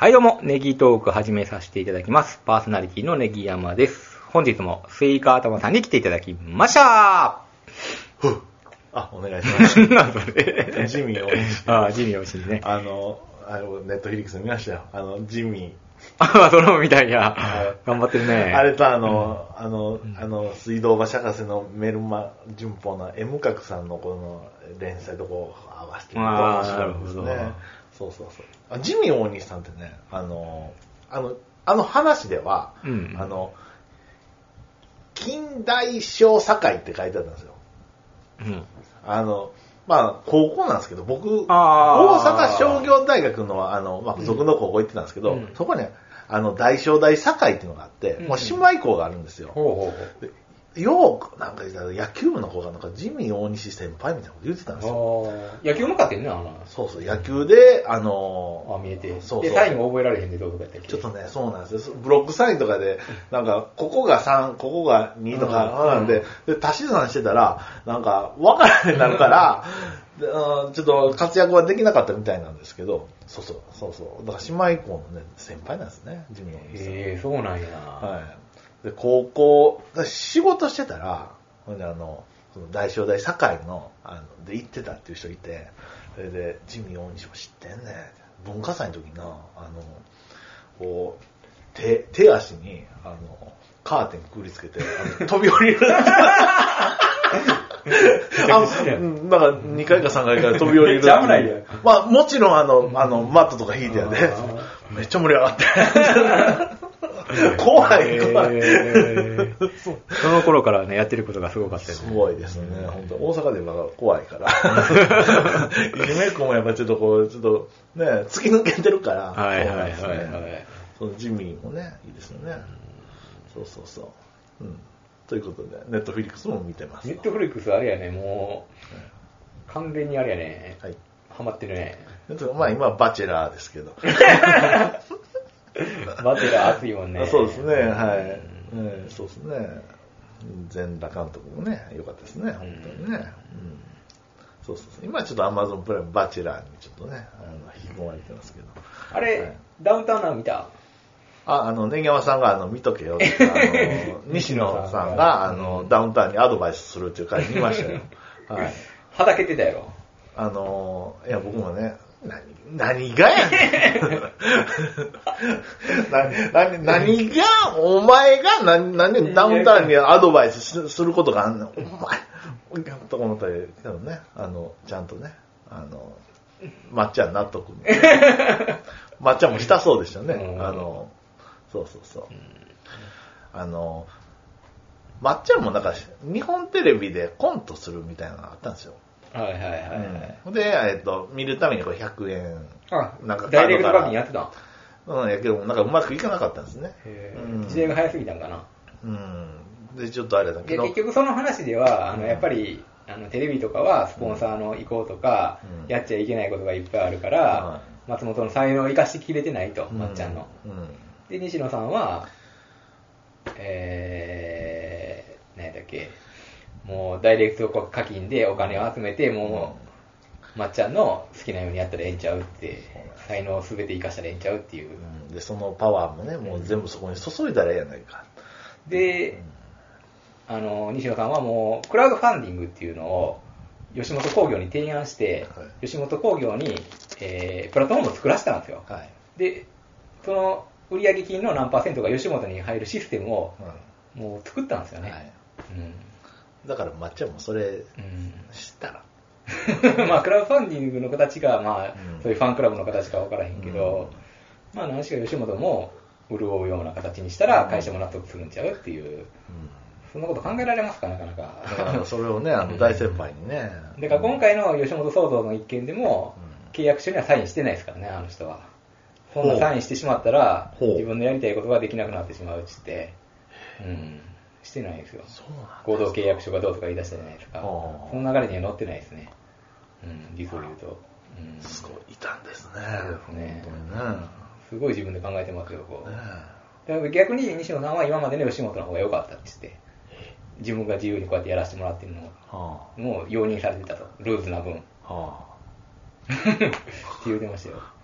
はいどうも、ネギトーク始めさせていただきます。パーソナリティのネギ山です。本日もスイカ頭さんに来ていただきましたお願いします。 なんそれジミーおいしい。 ジミーおいしいね。 ネットフィリックス見ましたよ。ジミー。そのみたいや。頑張ってるね。 あれと水道橋博士のメルマ旬報の M 角さんのこの連載とこう合わせてみると面白いですね。そう。ジミー大西さんってね、あの話では、近代小堺って書いてあったんですよ。高校なんですけど、僕、大阪商業大学の、付属の高校行ってたんですけど、そこに、大商大堺っていうのがあって、もう姉妹校があるんですよ。よく、なんか野球部の子がジミー大西先輩みたいなこと言ってたんですよ。 野球うまかったよね、 そう、野球で、 見えて。 そう。 で、サインも覚えられへんでどうとかやったっけ？ ちょっとね、そうなんですよ。ブロックサインとかで、ここが3、ここが2とか、なんで、足し算してたら、分からへんなるから、ちょっと活躍はできなかったみたいなんですけど、そう。だから姉妹校のね、先輩なんですね、ジミー大西さん。 そうなんや。 はい。で、高校、仕事してたら、その大商大堺の、で行ってたっていう人いて、それで、ジミー大西も知ってんね。文化祭の時な、こう、手足に、カーテンくりつけて、飛び降りる。だから2階か3階から飛び降りる。 めっちゃ危ないよ。 もちろんマットとか引いてやで、めっちゃ盛り上がって。怖い。 その頃からね、やってることがすごかったよね。 すごいですね。本当大阪では怖いから。夢子もやっぱちょっとね、突き抜けてるから。 はい。 そのジミーもね、いいですよね。そう。ということで、ネットフリックスも見てます。 ネットフリックスあれやね、もう、完全にあれやね。 はい。 ハマってるね。 今はバチェラーですけど。 バチェラー熱いもんね。 そうですね、はい。そうですね。全裸監督もね、良かったですね、本当にね。そう。今はちょっと Amazon プライムバチェラーにちょっとね、引き込まれてますけど。 あれ、ダウンタウンなの見た？ ネギ山さんが見とけよって、西野さんがダウンタウンにアドバイスするっていう回見ましたよ。はい。 はだけてたよ。 いや、僕もね、何がやねん。何が、お前が何でダウンタウンにアドバイスすることがあんの？お前、とか思ったけどね、ちゃんとね、まっちゃん納得。まっちゃんもしたそうでしたね。そう。まっちゃんも日本テレビでコントするみたいなのがあったんですよ。 はい。 で、見るために100円。 ダイレクト課金やってた。 やけど、うまくいかなかったんですね。 時代が早すぎたんかな。 で、ちょっとあれだけど。 結局その話では、やっぱり、テレビとかはスポンサーの意向とか、やっちゃいけないことがいっぱいあるから、松本の才能を生かしきれてないと、まっちゃんの。で、西野さんは、何だっけ、もうダイレクト課金でお金を集めて、もう、まっちゃんの好きなようにやったらええんちゃうって、才能を全て生かしたらええんちゃうっていう。 で、そのパワーもね、もう全部そこに注いだらええやないか。 で、西野さんはもう、クラウドファンディングっていうのを、吉本興業に提案して、吉本興業に、プラットフォームを作らせたんですよ。で、その売上金の何%が吉本に入るシステムを、もう作ったんですよね。 だからまっちゃんもそれ知ったら。 クラウドファンディングの形が、そういうファンクラブの形か分からへんけど、何しか吉本も潤うような形にしたら会社も納得するんちゃうっていう、そんなこと考えられますか、なかなか。 だからそれをね、大先輩にね。 だから今回の吉本騒動の一件でも、契約書にはサインしてないですからね、あの人は。そんなサインしてしまったら、自分のやりたいことができなくなってしまうって言って、してないですよ。合同契約書がどうとか言い出したじゃないですか。その流れには載ってないですね。実を言うと。 すごい、いたんですね。 そうですね。 本当にね。 すごい自分で考えてますよ、こう。だから逆に西野さんは今までの吉本の方が良かったって言って、自分が自由にこうやってやらせてもらってるのもう容認されてたと。ルーズな分。って言うてましたよ。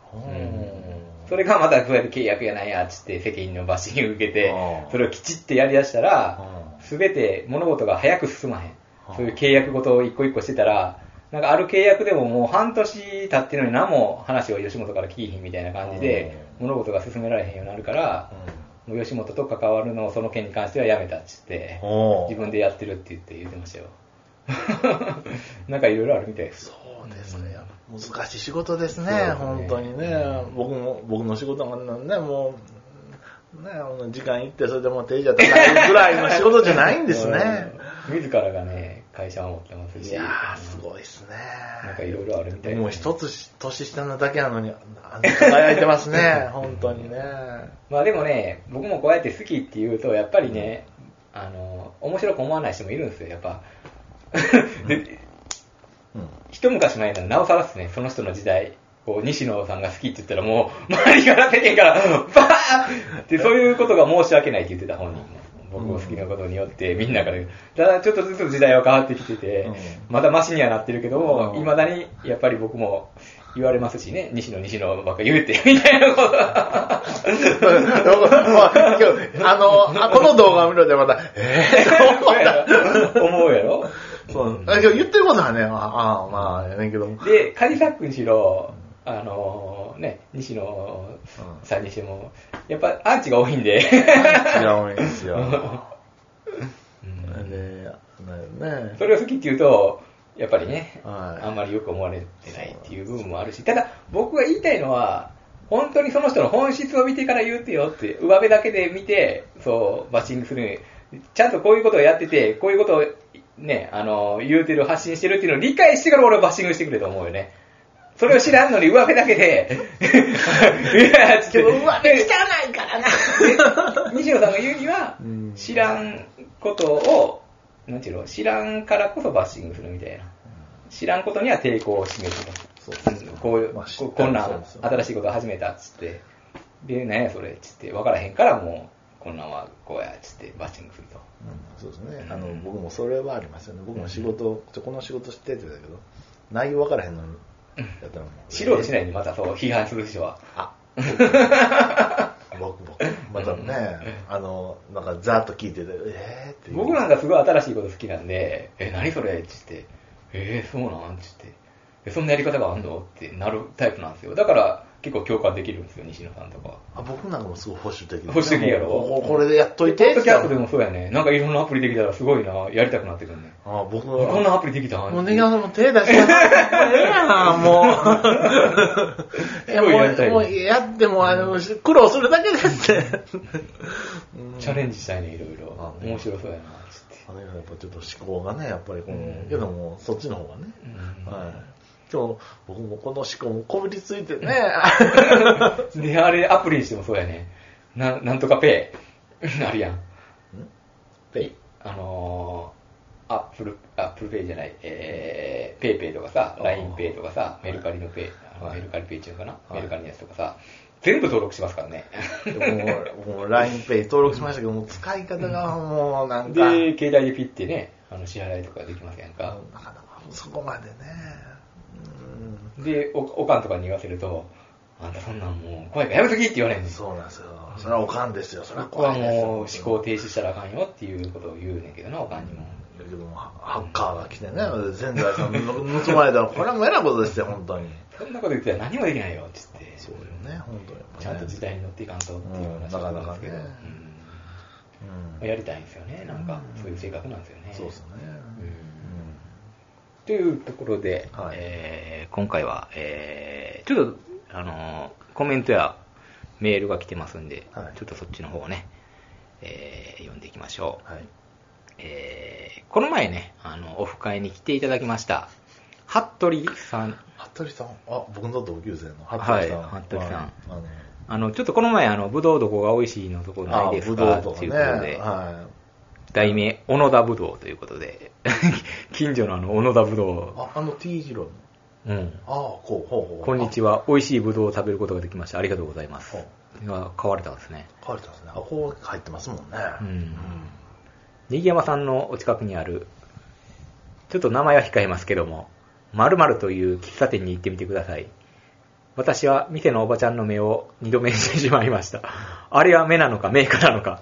それがまたそうやって契約やなんやっつって責任のバッシング受けて、それをきちってやりだしたら、すべて物事が早く進まへん。そういう契約ごとを一個一個してたら、なんかある契約でももう半年経ってるのに何も話を吉本から聞いひんみたいな感じで、物事が進められへんようになるから、もう吉本と関わるのをその件に関してはやめたっつって、自分でやってるって言ってましたよ。なんかいろいろあるみたいです。 そうですね。難しい仕事ですね、本当にね。僕の仕事がね、もう、ね、時間行ってそれでも定時が高いぐらいの仕事じゃないんですね。 自らがね、会社を持ってますし。 いやー、すごいですね。 なんかいろいろあるみたいです、ね。 もう一つ年下なだけなのに、輝いてますね、本当にね。 まあでもね、僕もこうやって好きって言うと、やっぱりね、面白く思わない人もいるんですよ、やっぱ。で一昔前ならなおさらですね、その人の時代、こう西野さんが好きって言ったらもう、周りから世間から、バーッってそういうことが申し訳ないって言ってた本人も。僕を好きなことによってみんなから、ただちょっとずつ時代は変わってきてて、まだマシにはなってるけども、未だにやっぱり僕も言われますしね、西野ばっか言うて、みたいなこと。 この動画を見るとまた、 思うやろそう。だけど言ってることはね、まあ、やねんけども。 で、カジサックにしろ、西野さんにしても、やっぱアンチが多いんで。 アンチが多いんですよ。 それを好きって言うと、やっぱりね、あんまりよく思われてないっていう部分もあるし、ただ僕が言いたいのは、本当にその人の本質を見てから言うてよって、上辺だけで見て、そうバッシングする。ちゃんとこういうことをやってて、こういうことをね、言うてる、発信してるっていうのを理解してから俺をバッシングしてくれと思うよね。それを知らんのに上辺だけで、いや、 けど上辺汚いからな。 西野さんが言うには、知らんことを、なんていうの、知らんからこそバッシングするみたいな。知らんことには抵抗を示すと。こういう、こんなん新しいことを始めたっつって、で、何やそれっつって、分からへんからもう、こんなんはこうやっつってバッシングすると。 そうですね。僕もそれはありますよね。僕も仕事、この仕事知っててだけど、内容分からへんのに、やったらもう。 知ろうとしないにまたそう批判する人は。 僕、またね、なんかざーっと聞いてて、って僕なんかすごい新しいこと好きなんで、何それって言って、そうなんって言って、そんなやり方があんのってなるタイプなんですよ。だから結構共感できるんですよ、西野さんとか。 僕なんかもすごい保守的。 保守的やろ。 これでやっといて。 ポッドキャストでもそうやね。なんかいろんなアプリできたらすごいな、やりたくなってくるね。 僕は。 こんなアプリできたんもうネギさんも手出してやもう。もうやっても苦労するだけですって。 チャレンジしたいね、いろいろ。面白そうやな、つって。 やっぱちょっと思考がね、やっぱりけども、そっちの方がね。今日、僕もこの思考もこびりついてね。 で、あれ、アプリにしてもそうやね。なんとかペイ。あるやん。 ペイアップルペイじゃない、ペイペイとかさ、LINE ペイとかさ、メルカリのペイ、メルカリペイっていうのかな、メルカリのやつとかさ、全部登録しますからね。 もう LINE ペイ登録しましたけど、もう使い方がもうなんか。 で、携帯でピッてね、支払いとかできませんか。 なかなかそこまでね。 で、おかんとかに言わせると、あんたそんなんもう怖いからやめときって言われんねん。 そうなんですよ。それはおかんですよ。それは怖いですよ。ここはもう思考停止したらあかんよっていうことを言うねんけどな、おかんにも。 だけども、ハッカーが来てね、全財産盗まれたら、これはもう偉いことですよ、本当に。 そんなこと言ってたら何もできないよって言って。 そうよね、本当に。 ちゃんと時代に乗っていかんとっていう話なんですけど。やりたいんですよね、なんか、そういう性格なんですよね。 そうですね。 というところで、今回は、ちょっと、コメントやメールが来てますんで、ちょっとそっちの方をね、読んでいきましょう。この前ね、オフ会に来ていただきました、服部さん。 服部さん、僕の同級生の服部さん。 はい、服部さん。ちょっとこの前、ぶどうどこが美味しいのところないですかっていうことで、題名、小野田ぶどうということで、近所の小野田ぶどう。T 字路の。 こんにちは、美味しいぶどうを食べることができました。ありがとうございます。買われたんですね。 買われたんですね。こう入ってますもんね。 ネギ山さんのお近くにある、ちょっと名前は控えますけども、〇〇という喫茶店に行ってみてください。 私は店のおばちゃんの目を二度目にしてしまいました。あれは目なのか目かなのか。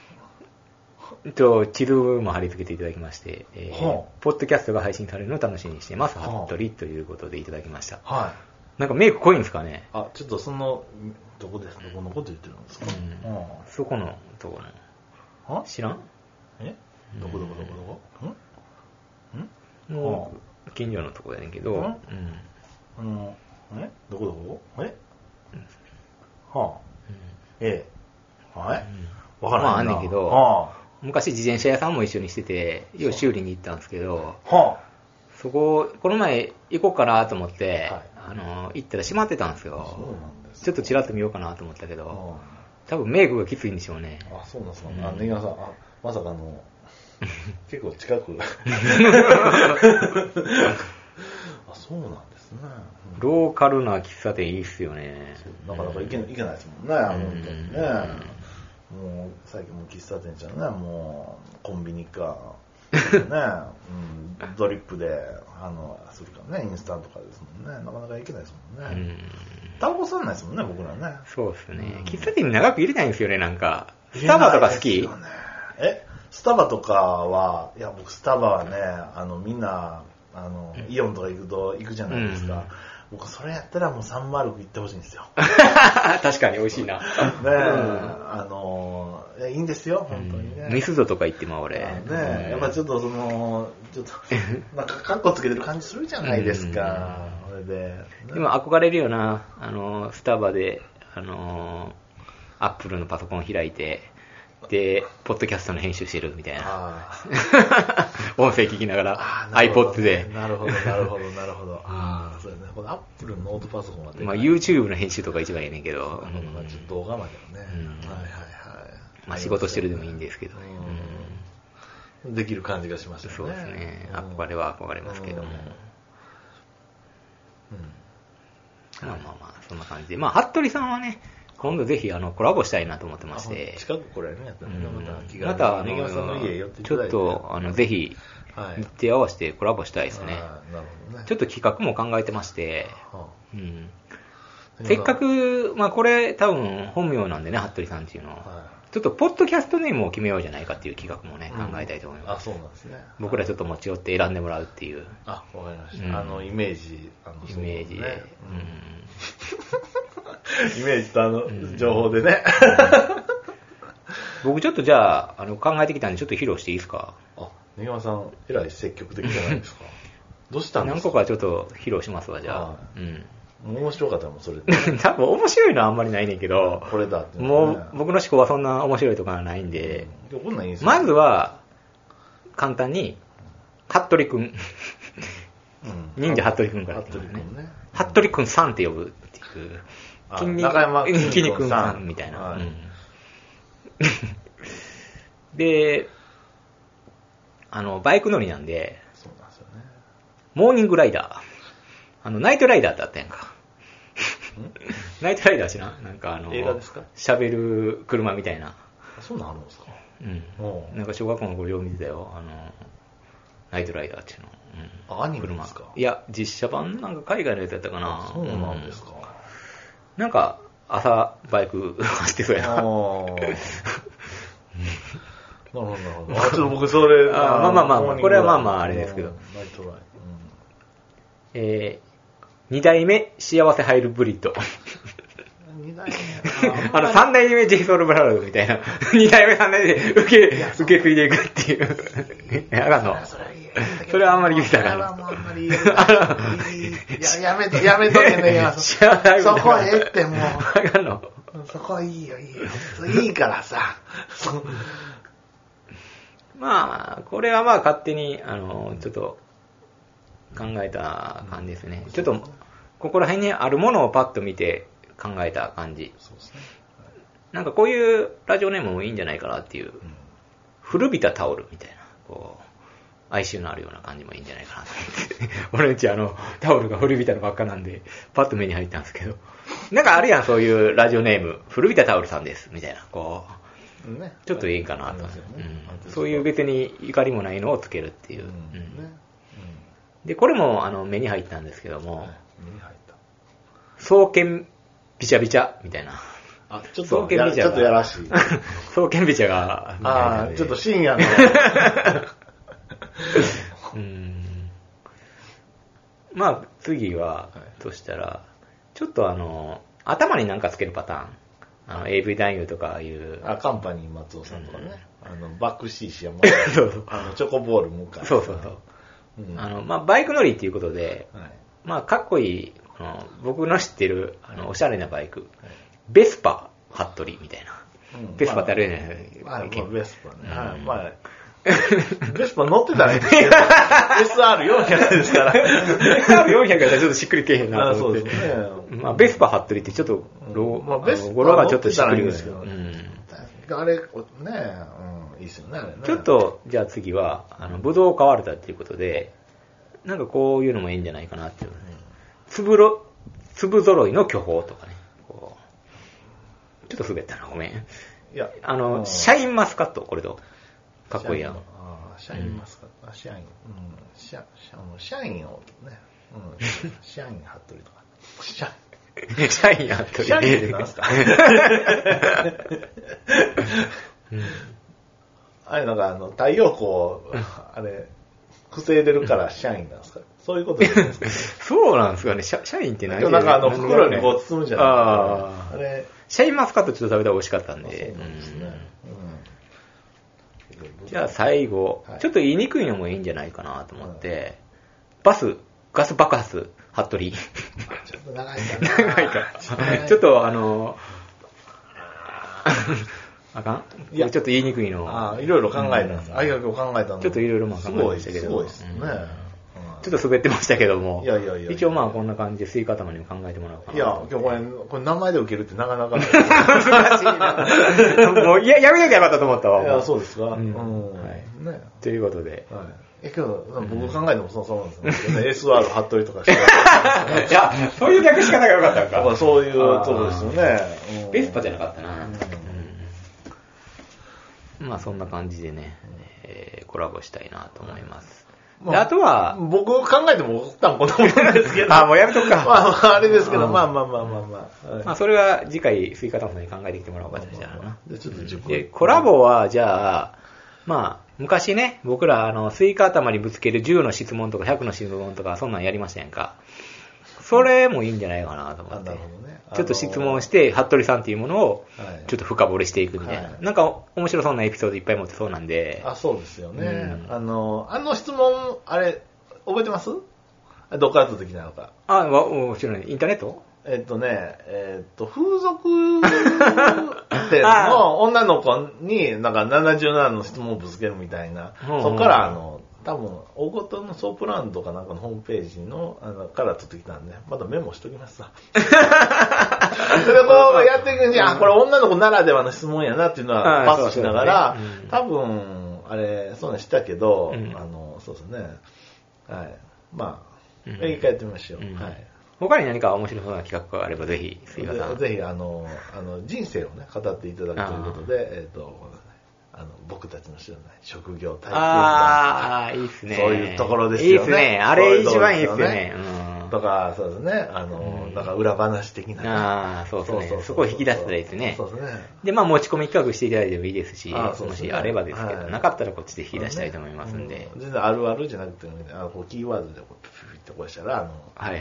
地図も貼り付けていただきまして、ポッドキャストが配信されるのを楽しみにしています。服部ということでいただきました。 はい。 なんかメイク濃いんですかね。 ちょっとどこですか？どこのこと言ってるんですか？ そこのところ。知らん？ どこもう近所のとこやねんけど、 どこはい。わからないな。 あんねんけど、昔自転車屋さんも一緒にしてて、よう修理に行ったんですけど、そこ、この前行こうかなと思って、行ったら閉まってたんですよ。ちょっとチラッと見ようかなと思ったけど、多分メイクがきついんでしょうね。 そうなんですか。ネギワさん、まさか結構近く。そうなんですね。 ローカルな喫茶店いいっすよね。 なかなか行けないですもんね、本当にね。もう最近も喫茶店じゃね、もうコンビニか、ドリップでするからね、インスタントかですもんね。なかなか行けないですもんね。タバコ吸わないですもんね、僕らね。 そうですね。喫茶店に長く入れないんですよね、なんか。スタバとか好き？ スタバとかは、いや、僕スタバはね、みんな、イオンとか行くじゃないですか。僕それやったらもうサンマルク行ってほしいんですよ。 確かに美味しいな。 いいんですよ、本当にね。 ミスドとか行っても俺。 やっぱちょっとなんかカッコつけてる感じするじゃないですか。それで。 でも憧れるよな、スタバで、アップルのパソコン開いて、で、ポッドキャストの編集してるみたいな。音声聞きながら、iPod で。 なるほど。そうね。このアップルのノートパソコンはまあ YouTube の編集とか一番いいねんけど。 動画まではね。 まあ仕事してるでもいいんですけど。 できる感じがしましたね。 そうですね。憧れは憧れますけども。まあ、そんな感じで。まあ、服部さんはね、今度ぜひコラボしたいなと思ってまして。 近くこれね、やったらまたちょっとぜひ日程合わせてコラボしたいですね。ちょっと企画も考えてまして、せっかくまあこれ多分本名なんでね、服部さんっていうのは。ちょっとポッドキャストネームを決めようじゃないかっていう企画もね、考えたいと思います。 そうなんですね。 僕らちょっと持ち寄って選んでもらうっていう。 わかりました。イメージで。 イメージと情報でね。 僕ちょっとじゃあ、考えてきたんでちょっと披露していいですか？ 根山さん、えらい積極的じゃないですか。どうしたんですか？ 何個かちょっと披露しますわ、じゃあ。 面白かったらもうそれで。 多分面白いのはあんまりないねんけど、 これだって、 もう僕の思考はそんな面白いとかはないんで、 こんなんいいですよ。 まずは、簡単に、服部くん。忍者服部くんから。服部くんさんって呼ぶっていう。 中山筋肉さんみたいな。で、バイク乗りなんで、 そうなんですよね。 モーニングライダー。ナイトライダーってあったやんか。ナイトライダー知らん？なんか映画ですか？ 喋る車みたいな。 そうなんあるんですか？ なんか小学校の頃よう見てたよ。ナイトライダーっていうの。アニメですか？ いや、実写版なんか海外のやつやったかな。 そうなんですか。 なんか、朝、バイク走ってそうやな。なるほど、なるほど。ちょっと僕それ、 まあ、これはまああれですけど。 ナイトライ。2代目、幸せハイブリッド。 2代目 3代目、ジェイソウルブラウドみたいな。2代目、3代目で受け継いでいくっていう。あかんの。それはあんまり言うたらあんまりやめとけね。そこへってもう。 あかんの。 そこはいいよ。いいからさ。 まあ、これはまあ勝手に、ちょっと考えた感じですね。ちょっと、ここら辺にあるものをパッと見て考えた感じ。なんかこういうラジオネームもいいんじゃないかなっていう。古びたタオルみたいな。こう。哀愁のあるような感じもいいんじゃないかなと思って。俺んちタオルが古びたのばっかなんで、パッと目に入ったんですけど。なんかあるやん、そういうラジオネーム。古びたタオルさんです。みたいな。こう。ちょっといいかなと。そういう別に怒りもないのをつけるっていう。で、これも目に入ったんですけども。 双剣ビチャビチャみたいな。 あ、ちょっとやらしい。 双剣ビチャが、 ああ、ちょっと深夜の。 まあ、次は、としたら、ちょっと頭になんかつけるパターン。AV 男優とかいう。 カンパニー松尾さんとかね。バックシーシアも。 そうそう。 チョコボール向かい。 そうそうそう。まあ、バイク乗りっていうことで、まあ、かっこいい、僕の知ってる、おしゃれなバイク。ベスパ、服部みたいな。ベスパってあるじゃないですか。 ベスパね。まあ、ベスパ乗ってたらいいですけど、SR400 ですから。 SR400 やったらちょっとしっくりけえへんなと思って。 そうですね。 まあ、ベスパ服部ってちょっと、語呂がちょっとしっくりくるんですけど。 あれ、ね、いいっすよね、あれね。 ちょっと、じゃあ次は、ブドウ買われたっていうことで、なんかこういうのもいいんじゃないかなっていう。粒揃いの巨峰とかね。ちょっと滑ったな、ごめん。いや、シャインマスカット、これと。かっこいいやん。 シャインマスカット、シャイン、シャインをね、シャインハットリとか。シャインハットリ。 シャインって何すかあれ、なんか太陽光、あれ、防いでるからシャインなんですか？そういうことじゃないですか？ そうなんですかね。シャインって何？ なんか袋にこう包むじゃないですか。あれ。 シャインマスカットちょっと食べたら美味しかったんで。 そうなんですね。 じゃあ最後、ちょっと言いにくいのもいいんじゃないかなと思って、ガス爆発、服部。 ちょっと長いかな。 長いか。ちょっとあかん？ちょっと言いにくいの。 いろいろ考えたんです。ありがとう考えたの。 ちょっといろいろ考えましたけど。 すごいですね。 ちょっと滑ってましたけども。 いや。 一応まあこんな感じでスイカ頭にも考えてもらおうかな。 いや、今日これ名前で受けるってなかなか。 難しいな。もう、やめなきゃよかったと思ったわ。 いや、そうですか。 ね。ということで。 けど、僕考えてもそうなんですね。SR 服部とかして。 いや、そういう略し方がよかったのか。 そういうとこですよね。 ベスパじゃなかったな。まあそんな感じでね、コラボしたいなと思います。あとは、 僕考えても多分こんなもんですけど。 もうやめとくか。 まあ、あれですけど、まあ。 まあ、それは次回、スイカタモさんに考えてきてもらおうかじゃあな。 で、 コラボは、じゃあ、まあ、昔ね、僕ら、スイカ頭にぶつける10の質問とか100の質問とか、そんなんやりましたやんか。それもいいんじゃないかなと思って。ちょっと質問して、服部さんっていうものを、ちょっと深掘りしていくみたいな。なんか、面白そうなエピソードいっぱい持ってそうなんで。 そうですよね。質問、あれ、覚えてますどっから取ってきたのか。 もちろん、インターネット？ 風俗店の女の子に、なんか77の質問をぶつけるみたいな。そこから、多分、大ごとのソープランドかなんかのホームページの、から取ってきたんで、まだメモしときますわ。それをこうやっていくうちに、これ女の子ならではの質問やなっていうのはパスしながら、多分、あれ、そうね、したけど、そうですね。はい。まあ、一回やってみましょう。はい。 他に何か面白そうな企画があれば、ぜひ、 ぜひ、人生をね、語っていただくということで、僕たちの知らない職業体験いいっすね。 そういうところですよね。 いいっすね。あれ一番いいっすよね。 とか、そうですね。なんか裏話的な。 そうですね。そこを引き出したらいいですね。 そうですね。 で、まあ持ち込み企画していただいてもいいですし、もしあればですけど、なかったらこっちで引き出したいと思いますんで。 全然あるあるじゃなくて、キーワードでピピってこうしたら、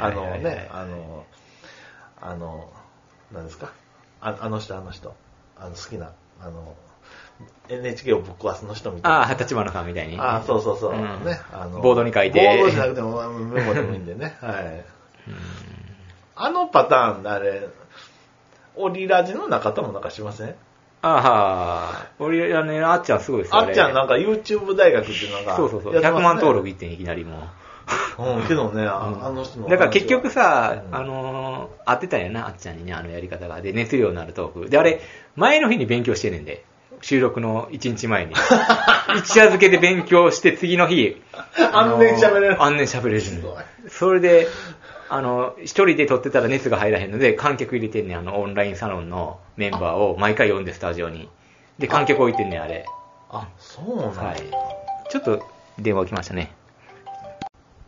何ですか？あの人、好きな、NHK をぶっ壊すの人みたいな。 立花さんみたいに。 そう。ね。 ボードに書いて。 ボードじゃなくてもメモでもいいんでね。はい。パターン、あれ、オリラジの中田もなんかしません？ オリラね、あっちゃんすごいですよ。 あっちゃんなんか YouTube 大学っていうのが。 そう。100万登録いっていきなりもう。 けどね、人の。 だから結局さ、合ってたんやな、あっちゃんにね、やり方が。で、熱量のあるトーク。で、あれ、前の日に勉強してんねんで。収録の1日前に。一夜漬けで勉強して次の日。 安寧喋れる。 安寧喋れる。それで、一人で撮ってたら熱が入らへんので、観客入れてんねん、オンラインサロンのメンバーを毎回呼んで、スタジオに。で、観客置いてんねん、あれ。 そうなんだ。 ちょっと電話来ましたね。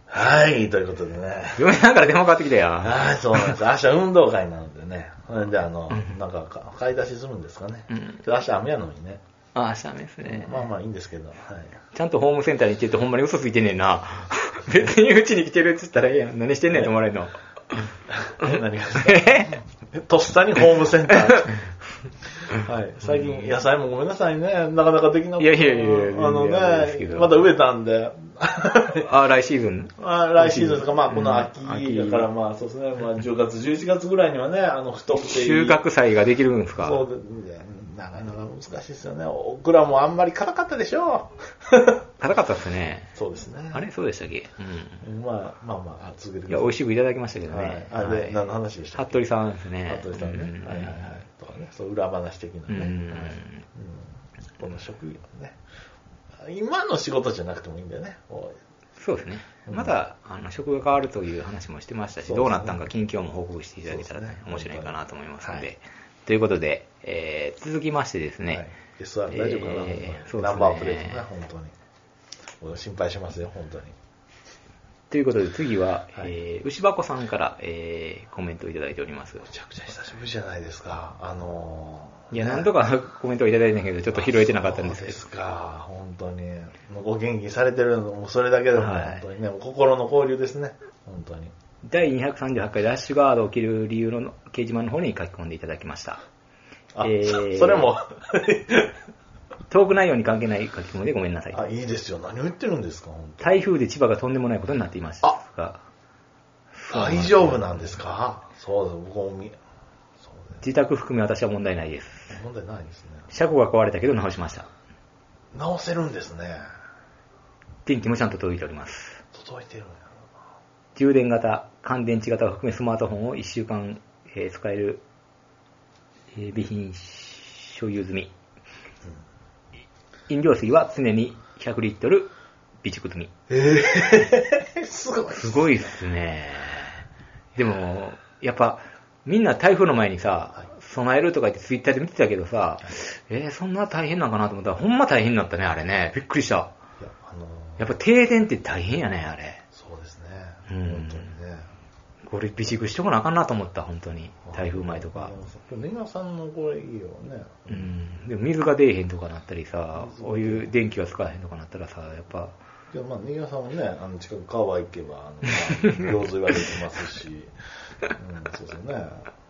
はい、ということでね。 嫁さんから電話かかってきたよ。 はい、そうなんです。明日運動会なのでね。で、なんか、買い出しするんですかね。明日雨やのにね。 あ、明日雨ですね。 まあまあいいんですけど、はい。 ちゃんとホームセンターに行ってるとほんまに嘘ついてんねんな。別にうちに来てるって言ったらええやん。何してんねんって思われるの。 何がですかとっさにホームセンター。はい。最近野菜もごめんなさいね。なかなかできなくて。 いやいやいやまだ植えたんで。 来シーズン来シーズンとか、まあこの秋だから、まあそうですね。まあ10月、11月ぐらいにはね、太くていい。 収穫祭ができるんですか？ そうで、なかなか難しいですよね。オクラもあんまり辛かったでしょ。 辛かったですね。 そうですね。 あれそうでしたっけ？ まあ、続けてください。 いや、美味しくいただきましたけどね。 あれ、何の話でしたっけ？ 服部さんですね。 服部さんね。はい。とかね、そう、裏話的なね。この職業ね。今の仕事じゃなくてもいいんだよね。 そうですね。まだ、職が変わるという話もしてましたし、どうなったんか近況も報告していただけたら面白いかなと思いますので。ということで、続きましてですね。 SR 大丈夫かな？ナンバープレートね、本当に。心配しますよ、本当に。 ということで、次は、牛箱さんから、コメントをいただいております。 めちゃくちゃ久しぶりじゃないですか。 いや、何度かコメントをいただいたんだけど、ちょっと拾えてなかったんですけど。 そうですか、本当に。ご元気されてるのも、それだけでも本当にね、心の交流ですね、本当に。 第238回ラッシュガードを着る理由の掲示板の方に書き込んでいただきました。 それもトーク内容に関係ない書き込みでごめんなさい。 いいですよ。何を言ってるんですか、本当。 台風で千葉がとんでもないことになっていましたが。 大丈夫なんですか？そうです、僕も自宅含め私は問題ないです。 問題ないですね。 車庫が壊れたけど直しました。 直せるんですね。 電気もちゃんと届いております。 届いてるんやろな。 充電型、乾電池型を含めスマートフォンを1週間、使える、備品所有済み。飲料水は常に100リットル備蓄済み。 すごい。 すごいっすね。でも、やっぱ、みんな台風の前にさ、備えるとか言ってツイッターで見てたけどさ、そんな大変なんかなと思ったら、ほんま大変になったね、あれね。びっくりした。やっぱ停電って大変やね、あれ。 そうですね。 本当にね。 これ備蓄しとかなあかんなと思った、本当に。台風前とか。 ネガさんのこれいいよね。 でも水が出えへんとかなったりさ、お湯、電気が使わへんとかなったらさ、やっぱ。 いや、まあ、ネガさんもね、近く川行けば、行水はできますし、そうですよね。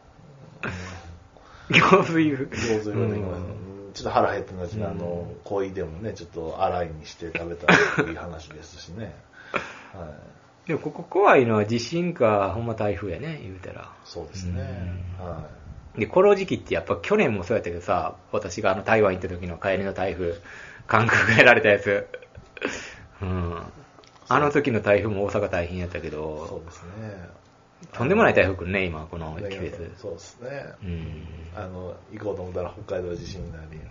行水はできます。 ちょっと腹減ってますし、鯉でもね、ちょっと洗いにして食べたらいい話ですしね。はい。 でもここ怖いのは地震か、ほんま台風やね、言うたら。 そうですね。はい。 で、この時期ってやっぱ去年もそうやったけどさ、私が台湾行った時の帰りの台風、韓国がやられたやつ。あの時の台風も大阪大変やったけど、 そうですね。 とんでもない台風来るね、今、この季節。 そうですね。行こうと思ったら北海道地震になり。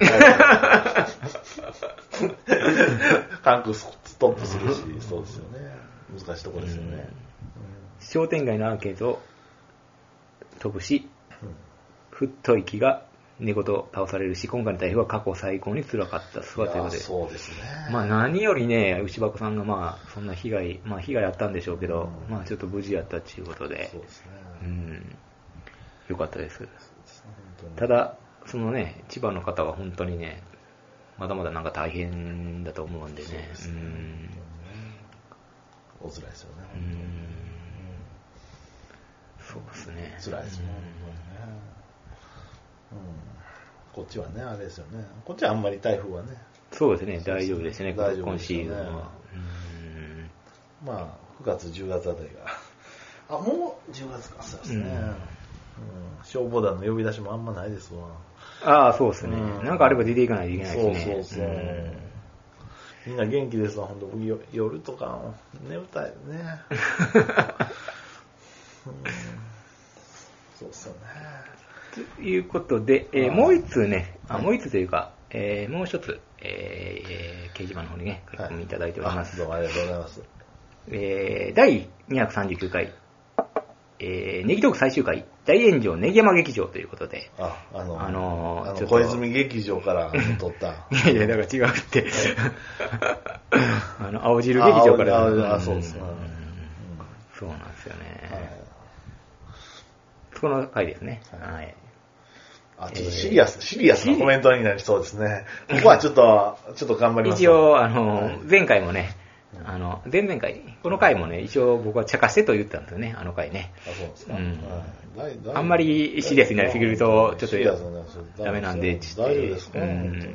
韓国ストップするし、そうですよね。難しいところですよね。 商店街のアンケートを飛ぶし、太い木が根ごと倒されるし、今回の台風は過去最高に辛かったすわということで。 そうですね。 まあ何よりね、牛箱さんがまあそんな被害あったんでしょうけど、まあちょっと無事やったっていうことで、 そうですね。 よかったです。ただ、そのね、千葉の方は本当にね、まだまだなんか大変だと思うんでね。 お辛いですよね。 そうですね。 辛いですよね。こっちはね、あれですよね。こっちはあんまり台風はね。 そうですね、大丈夫ですね、 大丈夫今シーズンは。 まあ、9月、10月あたりが。もう10月か、そうですね。消防団の呼び出しもあんまないですわ。 そうですね。なんかあれば出ていかないといけないですね。 そう。みんな元気ですわ、ほんと。夜とか眠たいね。そうっすよね。 ということで、もう一通ね、もう一つというか、もう一つ、掲示板の方にね、書き込みいただいております。 どうもありがとうございます。 第239回、ネギトーク最終回、大炎上ネギ山劇場ということで。 小泉劇場から撮った。 いや、だから違うって。青汁劇場から。 そうですね。 そうなんですよね。そこの回ですね。はい。 ちょっとシリアスなコメントになりそうですね。ここはちょっっと頑張ります。 一応、前回もね、前々回、この回もね、一応僕は茶化してと言ったんですよね、あの回ね。 そうですか。 あんまりシリアスになりすぎると、ちょっとダメなんで、 大丈夫ですか、本当に。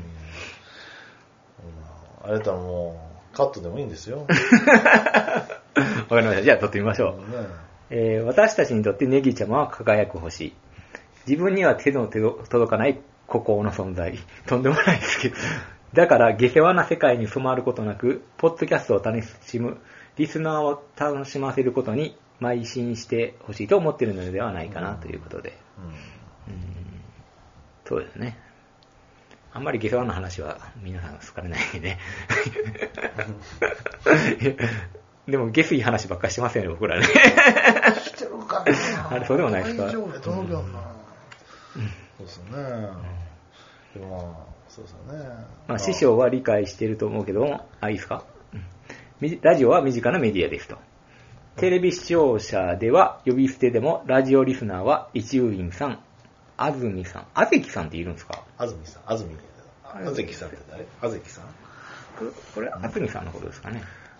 あれだったらもう、カットでもいいんですよ。 わかりました。じゃあ撮ってみましょう。私たちにとってネギちゃまは輝く星。自分には手の届かない孤高の存在。とんでもないですけど。だから下世話な世界に染まることなく、ポッドキャストを楽しむ、リスナーを楽しませることに邁進してほしいと思っているのではないかなということで。そうですね。あんまり下世話な話は皆さん好かれないんでね。でも下水話ばっかりしてませんよ、僕らね。 してるかな。 あれそうでもないですか。 そうですね。でもそうですね。 まあ師匠は理解していると思うけども、いいですか？ラジオは身近なメディアですと。テレビ視聴者では呼び捨てでも、ラジオリスナーは一遊院さん、安住さん、あぜきさんっているんですか？ 安住さんって誰？あぜきさん？ これ安住さんのことですかね。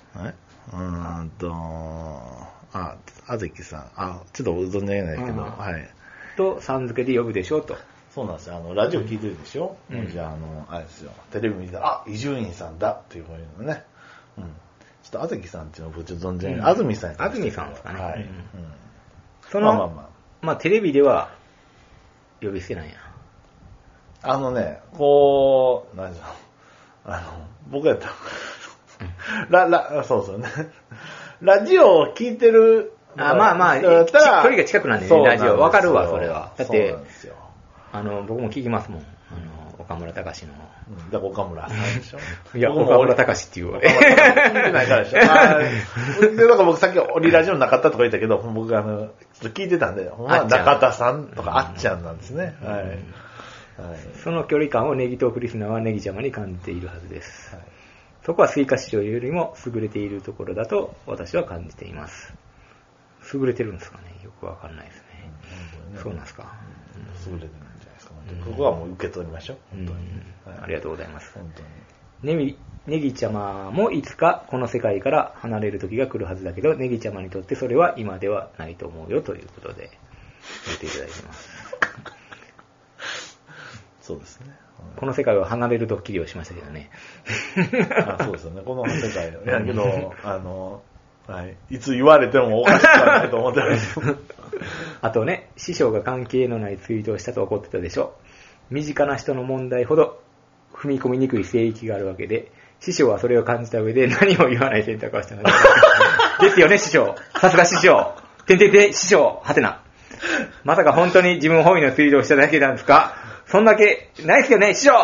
あぜきさん。ちょっと存じ上げないけど、はい。 と、さん付けで呼ぶでしょと。 そうなんですよ。ラジオ聞いてるでしょ、じゃあ、あれですよ。テレビ見たら、伊集院さんだっていうふうにね。ちょっとあぜきさんっていうのを僕ちょっと存じ上げない。安住さんやった。 安住さんですかね。 はい。 まあテレビでは呼び捨てなんや。 なんでしょう。僕やったら、そうそうね。ラジオを聞いてる。 距離が近くなんでね、ラジオ。わかるわ、それは。だって、僕も聞きますもん。岡村隆史の。 だから岡村さんでしょ。 いや、岡村隆史っていう。 聞いてないからでしょ。だから僕さっきオリラジオなかったとか言ったけど、僕ちょっと聞いてたんで、中田さんとかあっちゃんなんですね。はい。 その距離感をネギトークリスナーはネギちゃまに感じているはずです。そこはスイカ市場よりも優れているところだと私は感じています。優れてるんですかね、よくわかんないですね。そうなんですか。 優れてるんじゃないですか。ここはもう受け取りましょう。本当に。 ありがとうございます。 本当に。 ネギちゃまもいつかこの世界から離れる時が来るはずだけど、ネギちゃまにとってそれは今ではないと思うよということで言っていただいてます。 そうですね。 この世界を離れるドッキリをしましたけどね。 そうですよね。この世界。いやけど、いつ言われてもおかしくはないと思ってます。 あとね、師匠が関係のないツイートをしたと怒ってたでしょ。身近な人の問題ほど踏み込みにくい聖域があるわけで、師匠はそれを感じた上で何も言わない選択をしたので。ですよね、師匠。さすが師匠。師匠、はてな。まさか本当に自分本位のツイートをしただけなんですか？そんだけないですよね、師匠。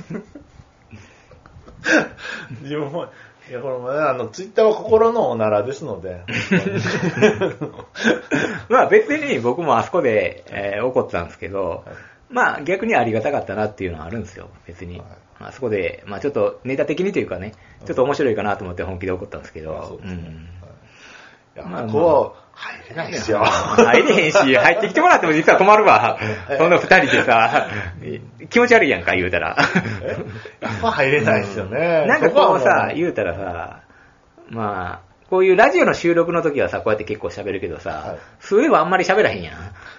自分も、いや、これツイッターは心のおならですので。 まあ別に僕もあそこで、怒ってたんですけど、まあ逆にありがたかったなっていうのはあるんですよ、別に。あそこで、まあちょっとネタ的にというかね、ちょっと面白いかなと思って本気で怒ったんですけど。 こう、入れないですよ。 入れへんし、入ってきてもらっても実は困るわ。そんな二人でさ、気持ち悪いやんか、言うたら。 やっぱ入れないですよね。 なんかこうさ、言うたらさ、まあ、こういうラジオの収録の時はさ、こうやって結構喋るけどさ、そういえばあんまり喋らへんやん。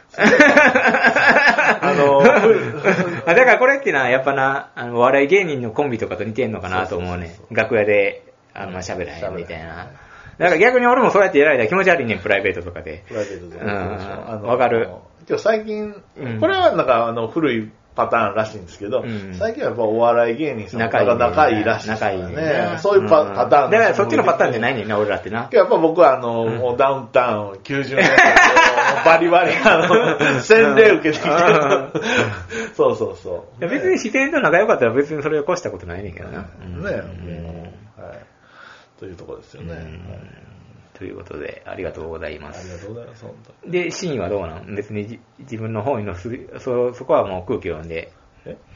だからこれってのはやっぱな、お笑い芸人のコンビとかと似てんのかなと思うね。楽屋であんま喋らへんみたいな。だから逆に俺もそうやってやられたら気持ち悪いねん、プライベートとかで。 プライベートで。 わかる。 今日最近、これはなんか古いパターンらしいんですけど、最近はやっぱお笑い芸人さんが仲いいらしいですね。そういうパターン。 だからそっちのパターンじゃないねんな、俺らってな。 やっぱ僕はダウンタウン90年代バリバリ洗礼受けてきてそう。 別に自然と仲良かったら別にそれを越したことないねんけどな。 というところですよね。 ということで、ありがとうございます。 ありがとうございます。 で、シーンはどうなの？別に自分の方にそこはもう空気を読んで。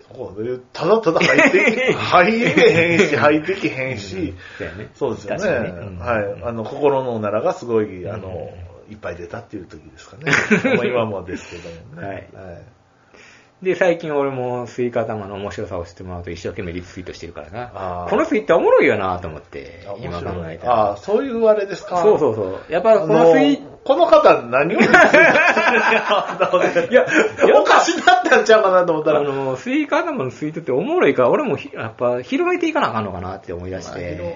ただただ入れへんし、入ってきへんし、そうですよね。はい。心のおならがすごい、いっぱい出たっていう時ですかね。今もですけどもね。はい。 で、最近俺もスイカ頭の面白さを知ってもらうと一生懸命リツイートしてるからな。このツイッターおもろいよなと思って、今考えたら。 そういうあれですか。 そう。やっぱこのこの方何をリツイートしてるんやおかしなったんちゃうかなと思ったら。 スイカ頭のツイートっておもろいから、俺もやっぱ広げていかなあかんのかなって思い出して。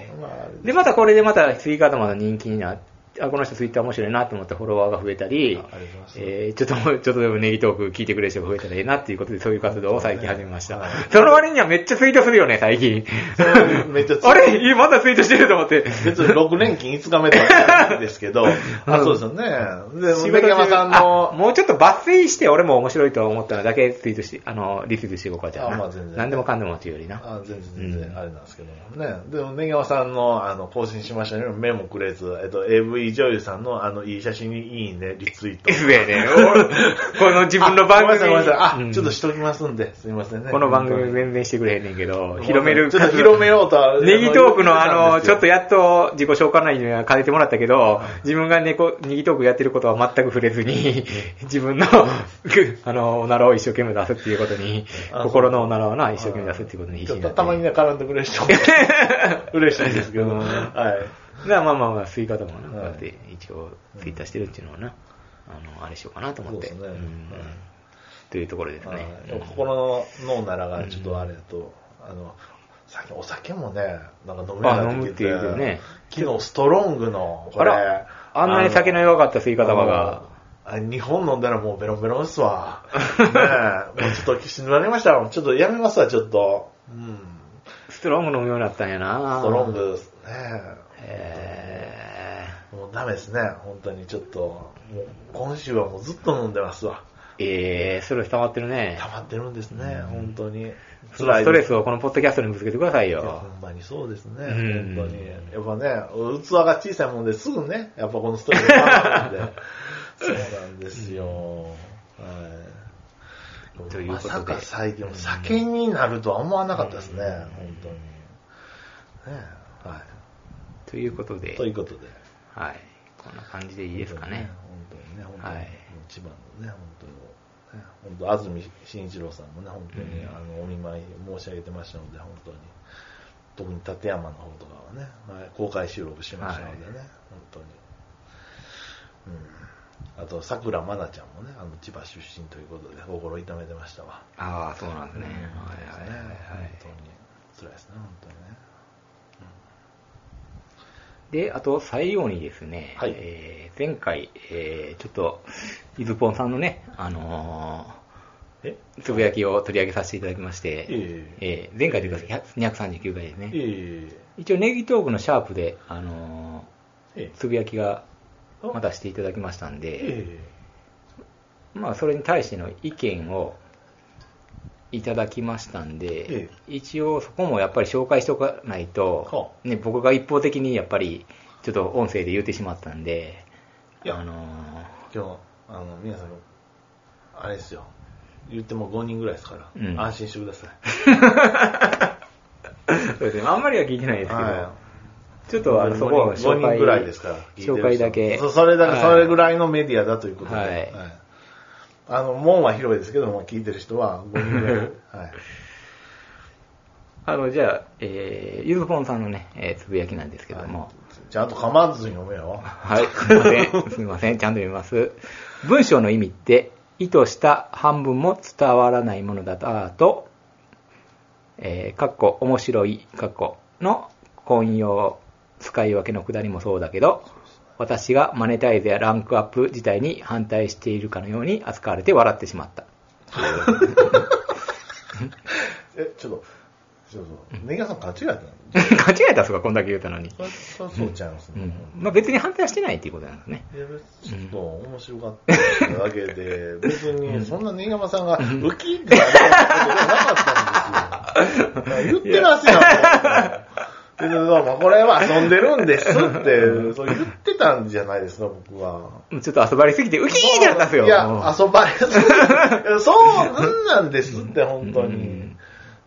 で、またこれでまたスイカ頭の人気になって、この人ツイッター面白いなと思ってフォロワーが増えたり、ちょっとでもネギトーク聞いてくれる人が増えたらいいなっていうことで、そういう活動を最近始めました。その割にはめっちゃツイートするよね、最近。めっちゃあれまだツイートしてると思って。 別に6連勤5日目とかないんですけど、そうですよね。で、ネギ山さんの。 もうちょっと抜粋して俺も面白いと思ったのだけツイートして、リツイートしていこうかじゃあ。何でもかんでもっていうよりな。 全然あれなんですけどもね。でもネギ山さんの更新しましたね。目もくれず、AV女優さんのいい写真にいいね、リツイート。 ね。この自分の番組。 ごめんなさい。ちょっとしときますんで、すいませんね。 この番組全然してくれへんねんけど、広める。 ちょっと広めようとは。 ネギトークのちょっとやっと自己紹介内には変えてもらったけど、自分がネギトークやってることは全く触れずに、自分の、おならを一生懸命出すっていうことに、心のおならを一生懸命出すっていうことに必死になって。 たまにね、絡んでくれる人も嬉しいですけど、はい。 まあ、吸い方もな、こうやって一応ツイッターしてるっていうのはな、あれしようかなと思って。そうですね。というところですね。 心の脳ならがちょっとあれだと、最近お酒もね、なんか飲めないって言ってね。昨日ストロングの、これ。 あんなに酒の弱かった吸い方が。 2本飲んだらもうベロンベロンですわ。ねえ、もうちょっとしんどくなりました。ちょっとやめますわ、ちょっと。 ストロング飲むようになったんやな。 ストロングですね。もうダメですね、本当にちょっと。もう今週はもうずっと飲んでますわ。 それ溜まってるね。 溜まってるんですね、本当に。 ストレスをこのポッドキャストにぶつけてくださいよ。 ほんまにそうですね、本当に。やっぱね、器が小さいもんですぐね、やっぱこのストレスが溜まるんで。そうなんですよ。はい。まさか最近酒になるとは思わなかったですね、本当に。ね、はい。 ということで。はい。こんな感じでいいですかね。 本当にね、本当に。一番のね、本当安住紳一郎さんもね、本当にお見舞い申し上げてましたので、本当に。特に立山の方とかはね、公開収録しましたのでね、本当に。あと、桜まなちゃんもね、千葉出身ということで、心痛めてましたわ。 ああ、そうなんですね。 本当に。辛いですね、本当にね。 で、あと最後にですね、前回、ちょっと、ゆずぽんさんのね、つぶやきを取り上げさせていただきまして、前回というか239回ですね。一応ネギトークのシャープで、つぶやきがまたしていただきましたんで、まあそれに対しての意見をいただきましたんで、一応そこもやっぱり紹介しておかないと、ね、僕が一方的にやっぱりちょっと音声で言ってしまったんで、 今日皆さんあれですよ、言っても5人ぐらいですから、安心してください。そうですね、あんまりは聞いてないですけど、ちょっとそこは 5人ぐらいですから、 紹介だけ。 それぐらいのメディアだということで。門は広いですけども、聞いてる人は5人ぐらい。 じゃあ、ゆずぽんさんのね、つぶやきなんですけども。 ちゃんと構わずに読めよ。 はい、すみません、ちゃんと読みます。文章の意味って、意図した半分も伝わらないものだと、面白い、の混用、使い分けのくだりもそうだけど、私がマネタイズやランクアップ自体に反対しているかのように扱われて笑ってしまった。 ちょっと、ネギさん勘違えたの？ 勘違えたっすか、こんだけ言うたのに。 そうちゃいますね。 まあ別に反対はしてないっていうことなんですね。 いや、ちょっと面白かっただけで、別にそんなネギ山さんがウキってなることではなかったんですよ。言ってますよ。いこれは遊んでるんですって、そう言ってたんじゃないですか、僕は。 ちょっと遊ばれすぎて、ウキーってなったんですよ。 いや、遊ばれすぎて、そうなんですって、本当に。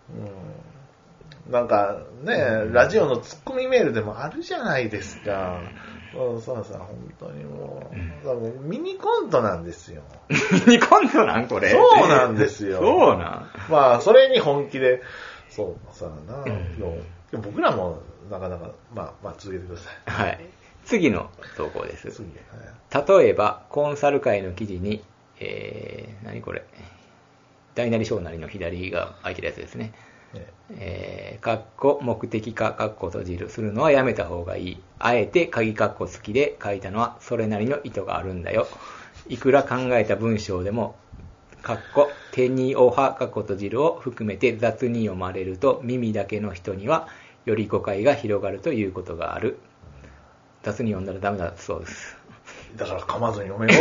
なんかね、ラジオのツッコミメールでもあるじゃないですか。そう本当にもう、ミニコントなんですよ。 ミニコントなんこれ。 そうなんですよ。 そうなん。 まあ、それに本気で、そうさな、でも僕らもなかなか、まあ、続けてください。 はい。次の投稿です。 次、はい、 例えば、コンサル会の記事に、何これ。大なり小なりの左が空いてるやつですね。括弧目的か括弧閉じるするのはやめた方がいい。あえて鍵括弧付きで書いたのはそれなりの意図があるんだよ。いくら考えた文章でも括弧手におは括弧閉じるを含めて雑に読まれると耳だけの人にはより誤解が広がるということがある。雑に読んだらダメだそうです。 だから噛まずに読めよ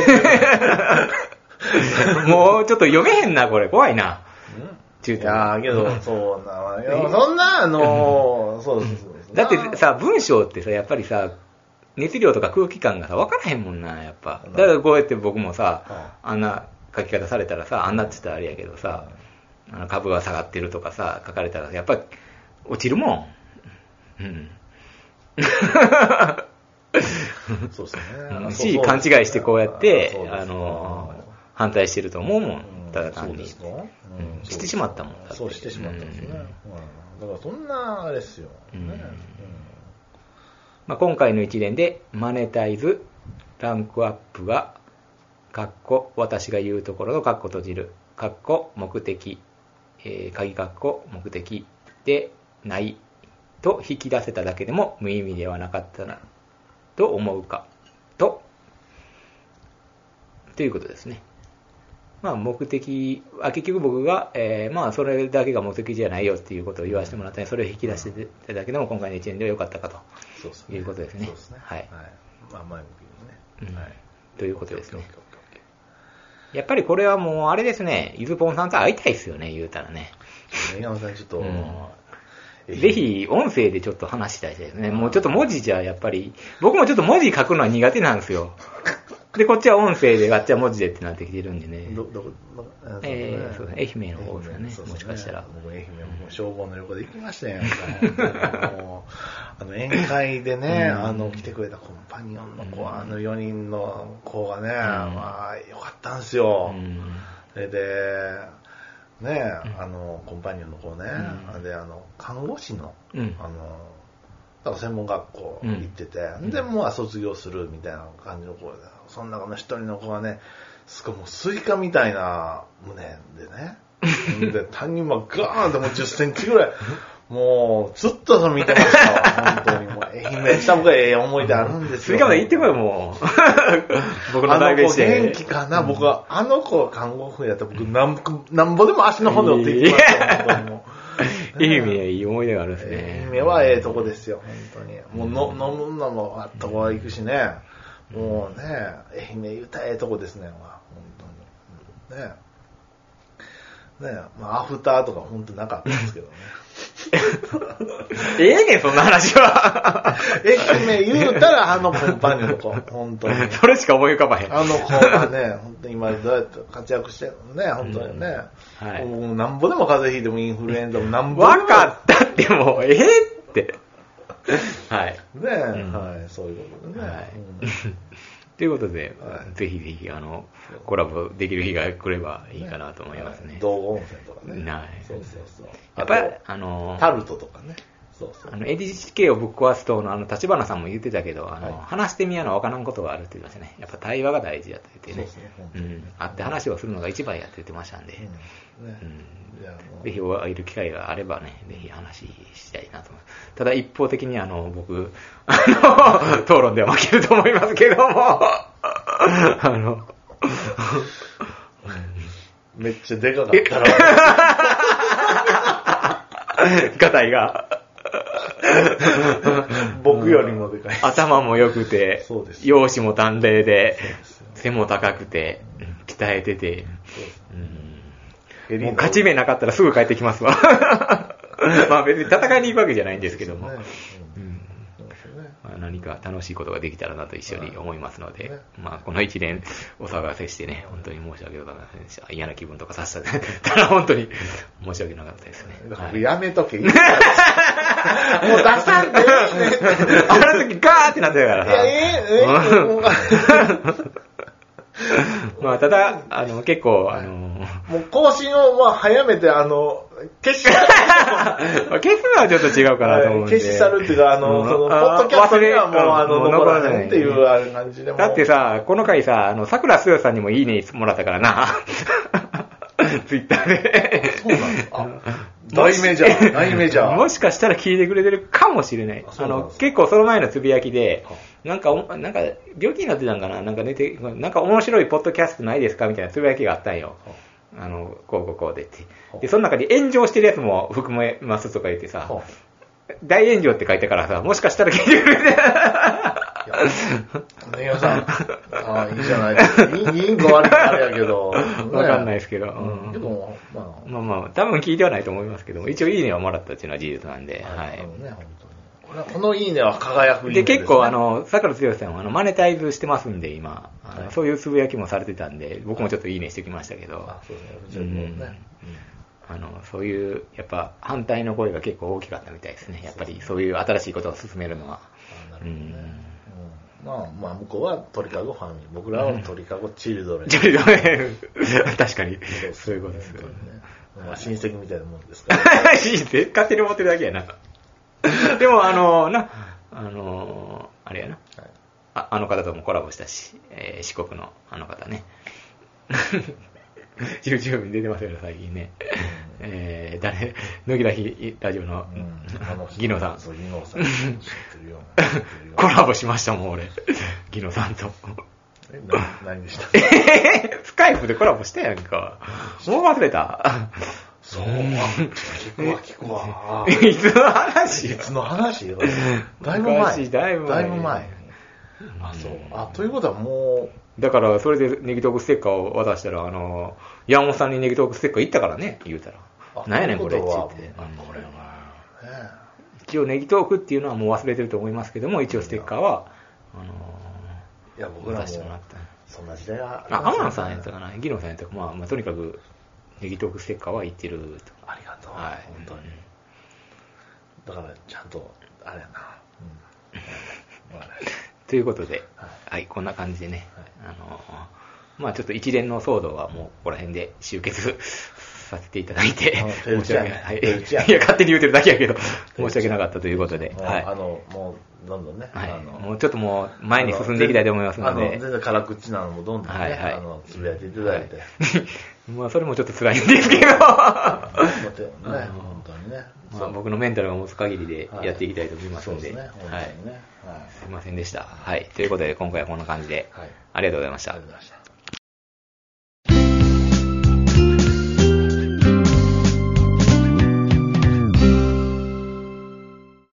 うもうちょっと読めへんなこれ怖いな。 いやけど、そうな、そんな、そうだってさ、文章ってさ、やっぱりさ、熱量とか空気感がさ、分からへんもんな、やっぱ。だからこうやって僕もさ、あんな書き方されたらさ、あんなって言ったらあれやけどさ、株が下がってるとかさ、書かれたら、やっぱり落ちるもん。うん。 そうですね。 し、勘違いしてこうやって、反対してると思うもん。ただ単に。してしまったもん。 そうしてしまったんですね。だからそんなあれですよ。 まあ、今回の一連でマネタイズ、ランクアップが、括弧私が言うところの括弧閉じる、括弧目的、鍵括弧目的でないと引き出せただけでも無意味ではなかったなと思うかということですね。まあ、目的結局僕が、まあそれだけが目的じゃないよっていうことを言わせてもらったので、それを引き出してただけでも今回の一年では良かったかということですね。はい。 まあ前向きにね。はい。 ということですね。やっぱりこれはもうあれですね、ゆずぽんさんと会いたいですよね、言うたらね。 山本さんちょっと、 ぜひ音声でちょっと話したいですね。もうちょっと文字じゃやっぱり、僕もちょっと文字書くのは苦手なんですよ。で、こっちは音声で、あっちは文字でってなってきてるんでね。そう愛媛の方ですかね、もしかしたら。 僕、愛媛も消防の横で行きましたよ。宴会でね、来てくれたコンパニオンの子、4人の子がね、まあ、よかったんですよ。で、ね、コンパニオンの子ね、で、看護師の、だから専門学校行ってて、で、もう卒業するみたいな感じの子で、その中の一人の子がね、もうスイカみたいな胸でね、で、担任もガーンってもう10センチぐらい、もうずっとそれ見てましたわ、本当に。もう愛媛した僕は思い出あるんですよ。 スイカまで行ってこい、もう。僕の代弁して。 元気かな、僕は、子が看護婦やったら僕なんぼでも足の骨折っていきましたよ、本当にもう。 愛媛はいい思い出があるんですね。 愛媛はええとこですよ、本当に。もう飲むのもあったとこは行くしね。もうね、愛媛言うたらええとこですね、本当に。ねまあアフターとか本当なかったんですけどね。 ねん、そんな話は。 愛媛言うたらコンパニオンの子、本当に。 それしか思い浮かばへん。 子がね、本当に今どうやって活躍してるのね、本当にね。はい。もうなんぼでも風邪ひいてもインフルエンザもなんぼでも。 わかったってもう、って。はい。 ねはい、そういうことでね。はい。 ということで、ぜひぜひ、コラボできる日が来ればいいかなと思いますね。 道後温泉とかね。 はい。 そう。 やっぱり、 タルトとかね。 NHK をぶっ壊すと、立花さんも言ってたけど、話してみやの分からんことがあるって言ってましたね。やっぱ対話が大事だと言ってね。会って話をするのが一番やって言ってましたんで。ぜひ会える機会があればね、ぜひ話したいなと思います。ただ一方的に僕、討論では負けると思いますけども、 めっちゃでかかったら。 ガタイが。 僕よりもでかい。 頭も良くて、容姿も端麗で、背も高くて、鍛えてて、もう勝ち目なかったらすぐ帰ってきますわ。まあ別に戦いに行くわけじゃないんですけども。 何か楽しいことができたらなと一緒に思いますので、まあ、この一年お騒がせしてね、本当に申し訳ございませんでした。嫌な気分とかさせたら本当に申し訳なかったですね。 やめとけ、もう出さんでいいね。 あの時ガーってなってたからさ。まあ、ただ、結構、 もう更新をまあ早めて、消し去る。 消すのはちょっと違うかなと思うんで。 消し去るっていうか、その、ポッドキャストにはもう、残らないっていうあれ感じでも。 だってさ、この回さ、桜すよさんにもいいねもらったからな。ツイッターで。 そうなんですか。大メジャー、大メジャー。 もしかしたら聞いてくれてるかもしれない。結構その前のつぶやきで、なんか病気になってたんかな、なんか寝て、なんか面白いポッドキャストないですかみたいなつぶやきがあったんよ。こうでって。で、その中に炎上してるやつも含めますとか言ってさ、大炎上って書いてからさ、もしかしたら聞いてくれて。 ネギさん、いいじゃないですか。いいんか悪いかあれやけど。 わかんないですけど。 けど、 まあ、多分聞いてはないと思いますけど、一応いいねはもらったっていうのは事実なんで、はい。 このいいねは輝くいいねで、結構桜剛さんはマネタイズしてますんで、今、そういうつぶやきもされてたんで、僕もちょっといいねしてきましたけど、そういう、やっぱ反対の声が結構大きかったみたいですね。やっぱりそういう新しいことを進めるのは。 まあ、向こうは鳥かごファミリー、僕らは鳥かごチルドレン。 チルドレン。確かに。そういうことですよね。 まあ、親戚みたいなもんですから。 親戚勝手に思ってるだけやな。でも、あれやな。あの方ともコラボしたし、四国のあの方ね。YouTube に出てますよね、最近ね。野木らひラジオのギノさん。 そう、ギノさん。知ってるよ。 コラボしましたもん、俺。ギノさんと。 何でしたスカイプでコラボしたやんか。もう忘れた。 そう。聞くわ。 いつの話いつの話よ。だいぶ前。 だいぶ前。 あ、そう。ということはもう。 だから、それでネギトークステッカーを渡したら、山本さんにネギトークステッカー行ったからね、言うたら。なんやねん、これって言って。一応ネギトークっていうのはもう忘れてると思いますけども、一応ステッカーは、 いや、僕らも、そんな時代は。 アマンさんやったかな、ギノさんやったか、まあ、とにかく、ネギトークステッカーは言ってると。 ありがとう。はい、本当に。だから、ちゃんと、あれやな。 ということで、はい、こんな感じでね、まあちょっと一連の騒動はもうここら辺で終結させていただいて、申し訳ない。いや、勝手に言うてるだけやけど、申し訳なかったということで、 はい。もう、どんどんね、 もうちょっともう前に進んでいきたいと思いますので、 全然辛口なのもどんどんね、つぶやいていただいて。 まあそれもちょっと辛いんですけど、 本当にね。 まあ僕のメンタルが持つ限りでやっていきたいと思いますので、 はい。 すいませんでした。はい。ということで今回はこんな感じで、ありがとうございました。